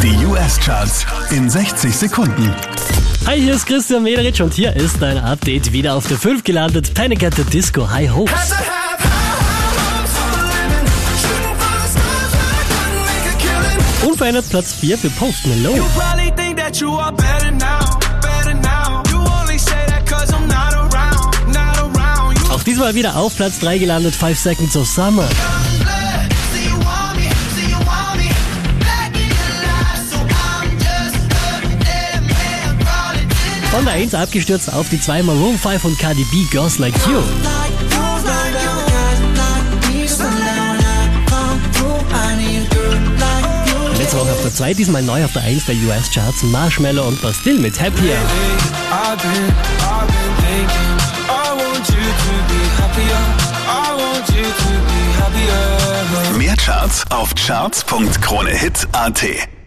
Die US-Charts in 60 Sekunden. Hi, hier ist Christian Mederitsch und hier ist dein Update. Wieder auf der 5 gelandet, Panic at the Disco, High Hopes. Unverändert Platz 4 für Post Malone. Auch diesmal wieder auf Platz 3 gelandet, 5 Seconds of Summer. Von der 1 abgestürzt auf die 2 Maroon 5 und Cardi B, Girls Like You. Letzte Woche auf der 2, diesmal neu auf der 1 der US-Charts, Marshmello und Bastille mit Happier. Mehr Charts auf charts.kronehit.at.